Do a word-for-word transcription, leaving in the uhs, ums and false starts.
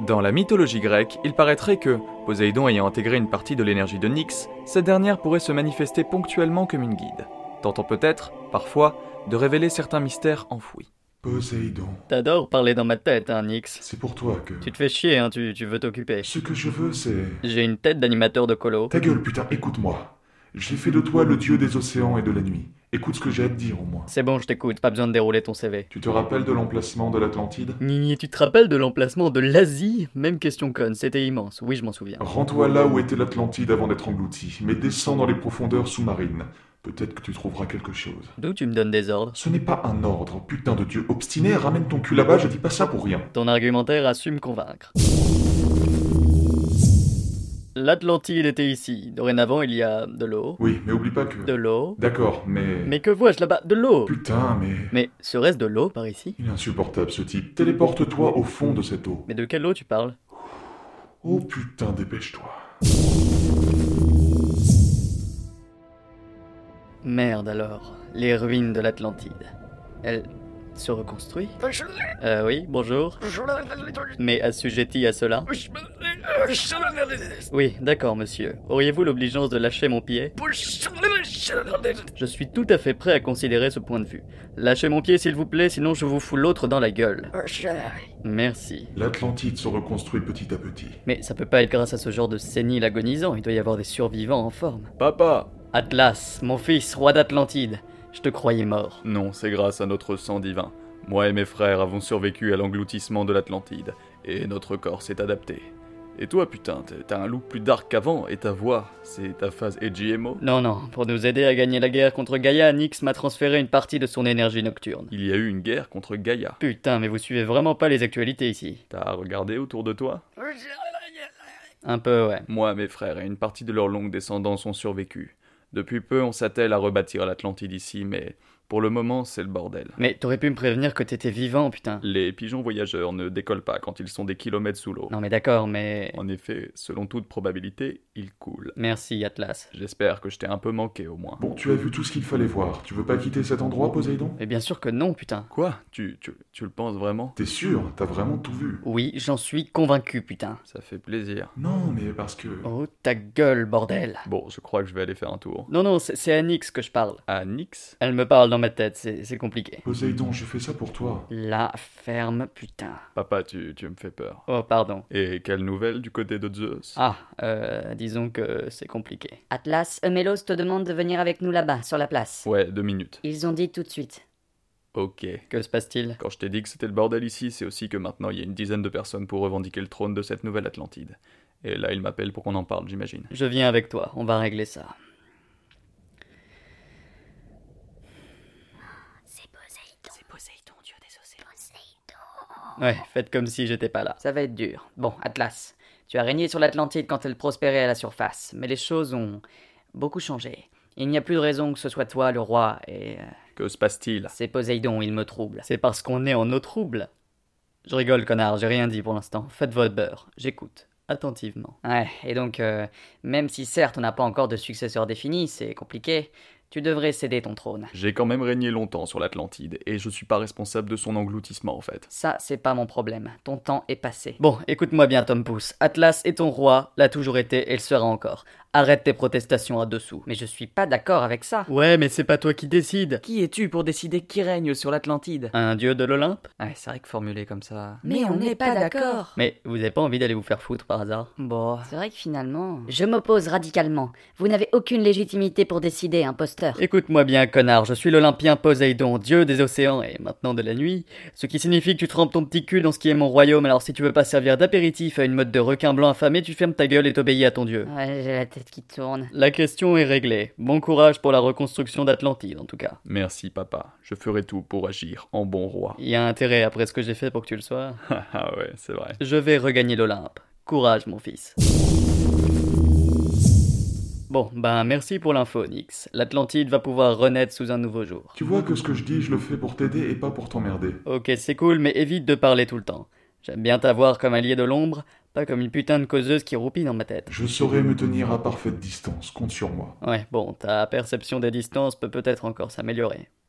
Dans la mythologie grecque, il paraîtrait que, Poséidon ayant intégré une partie de l'énergie de Nyx, cette dernière pourrait se manifester ponctuellement comme une guide, tentant peut-être, parfois, de révéler certains mystères enfouis. Poséidon. T'adores parler dans ma tête, hein, Nyx. C'est pour toi que... Tu te fais chier, hein, tu, tu veux t'occuper. Ce que je veux, c'est... J'ai une tête d'animateur de colo. Ta gueule, putain, écoute-moi. J'ai fait de toi le dieu des océans et de la nuit. Écoute ce que j'ai à te dire, au moins. C'est bon, je t'écoute, pas besoin de dérouler ton C V. Tu te rappelles de l'emplacement de l'Atlantide? Nini, tu te rappelles de l'emplacement de l'Asie? Même question conne, c'était immense, oui je m'en souviens. Rends-toi là où était l'Atlantide avant d'être englouti, mais descends dans les profondeurs sous-marines. Peut-être que tu trouveras quelque chose. D'où tu me donnes des ordres? Ce n'est pas un ordre, putain de dieu obstiné, ramène ton cul là-bas, je dis pas ça pour rien. Ton argumentaire a su me convaincre. L'Atlantide était ici. Dorénavant, il y a de l'eau. Oui, mais oublie pas que... De l'eau. D'accord, mais... Mais que vois-je là-bas? De l'eau. Putain, mais... Mais serait-ce de l'eau par ici? Il est insupportable ce type. Téléporte-toi au fond de cette eau. Mais de quelle eau tu parles? Oh putain, dépêche-toi. Merde alors, les ruines de l'Atlantide. Elles se reconstruisent? Euh oui, bonjour. Mais assujetti à cela? Oui, d'accord monsieur. Auriez-vous l'obligeance de lâcher mon pied? Je suis tout à fait prêt à considérer ce point de vue. Lâchez mon pied s'il vous plaît, sinon je vous fous l'autre dans la gueule. Merci. L'Atlantide se reconstruit petit à petit. Mais ça peut pas être grâce à ce genre de sénile agonisant, il doit y avoir des survivants en forme. Papa! Atlas, mon fils, roi d'Atlantide, je te croyais mort. Non, c'est grâce à notre sang divin. Moi et mes frères avons survécu à l'engloutissement de l'Atlantide, et notre corps s'est adapté. Et toi, putain, t'as un look plus dark qu'avant, et ta voix, c'est ta phase edgy emo? Non, non, pour nous aider à gagner la guerre contre Gaïa, Nyx m'a transféré une partie de son énergie nocturne. Il y a eu une guerre contre Gaïa. Putain, mais vous suivez vraiment pas les actualités ici. T'as regardé autour de toi? Un peu, ouais. Moi, mes frères et une partie de leurs longues descendants ont survécu. Depuis peu, on s'attelle à rebâtir l'Atlantide ici, mais pour le moment, c'est le bordel. Mais t'aurais pu me prévenir que t'étais vivant, putain. Les pigeons voyageurs ne décollent pas quand ils sont des kilomètres sous l'eau. Non mais d'accord, mais... En effet, selon toute probabilité, ils coulent. Merci, Atlas. J'espère que je t'ai un peu manqué, au moins. Bon, tu as vu tout ce qu'il fallait voir. Tu veux pas quitter cet endroit, Poséidon? Mais bien sûr que non, putain. Quoi? Tu, tu, tu le penses vraiment? T'es sûr? T'as vraiment tout vu? Oui, j'en suis convaincu, putain. Ça fait plaisir. Non, mais parce que... Oh, ta gueule, bordel. Bon, je crois que je vais aller faire un tour. Non, non, c'est à Nyx que je parle. À Nyx? Elle me parle dans ma tête, c'est compliqué. Poséidon, je fais ça pour toi. La ferme, putain. Papa, tu, tu me fais peur. Oh, pardon. Et quelle nouvelle du côté de Zeus? Ah, euh, disons que c'est compliqué. Atlas, Eumélos te demande de venir avec nous là-bas, sur la place. Ouais, deux minutes. Ils ont dit tout de suite. Ok. Que se passe-t-il? Quand je t'ai dit que c'était le bordel ici, c'est aussi que maintenant il y a une dizaine de personnes pour revendiquer le trône de cette nouvelle Atlantide. Et là, il m'appelle pour qu'on en parle, j'imagine. Je viens avec toi, on va régler ça. C'est Poséidon. C'est Poséidon, dieu des océans. Poséidon. Ouais, faites comme si j'étais pas là. Ça va être dur. Bon, Atlas, tu as régné sur l'Atlantide quand elle prospérait à la surface, mais les choses ont beaucoup changé. Il n'y a plus de raison que ce soit toi le roi, et... euh, Que se passe-t-il? C'est Poséidon, il me trouble. C'est parce qu'on est en eau trouble. Je rigole, connard, j'ai rien dit pour l'instant. Faites votre beurre, j'écoute. Attentivement. Ouais, et donc, euh, même si certes on n'a pas encore de successeur défini, c'est compliqué, tu devrais céder ton trône. J'ai quand même régné longtemps sur l'Atlantide, et je suis pas responsable de son engloutissement en fait. Ça, c'est pas mon problème. Ton temps est passé. Bon, écoute-moi bien, Tom Pouce. Atlas est ton roi, l'a toujours été et le sera encore. Arrête tes protestations à dessous. Mais je suis pas d'accord avec ça. Ouais, mais c'est pas toi qui décides. Qui es-tu pour décider qui règne sur l'Atlantide? Un dieu de l'Olympe? Ouais, c'est vrai que formulé comme ça... Mais on n'est pas d'accord. Mais vous avez pas envie d'aller vous faire foutre par hasard? Bon... C'est vrai que finalement... Je m'oppose radicalement. Vous n'avez aucune légitimité pour décider, imposteur. Écoute-moi bien, connard, je suis l'Olympien Poséidon, dieu des océans et maintenant de la nuit, ce qui signifie que tu trempes ton petit cul dans ce qui est mon royaume, alors si tu veux pas servir d'apéritif à une meute de requins blancs affamés, tu fermes ta gueule et t'obéis à ton dieu. Ouais, j'ai la tête qui tourne. La question est réglée. Bon courage pour la reconstruction d'Atlantide, en tout cas. Merci papa, je ferai tout pour agir en bon roi. Il y a intérêt après ce que j'ai fait pour que tu le sois. Ah ouais, c'est vrai. Je vais regagner l'Olympe. Courage, mon fils. Bon, ben merci pour l'info, Nyx. L'Atlantide va pouvoir renaître sous un nouveau jour. Tu vois que ce que je dis, je le fais pour t'aider et pas pour t'emmerder. Ok, c'est cool, mais évite de parler tout le temps. J'aime bien t'avoir comme allié de l'ombre, pas comme une putain de causeuse qui roupille dans ma tête. Je saurai me tenir à parfaite distance, compte sur moi. Ouais, bon, ta perception des distances peut peut-être encore s'améliorer.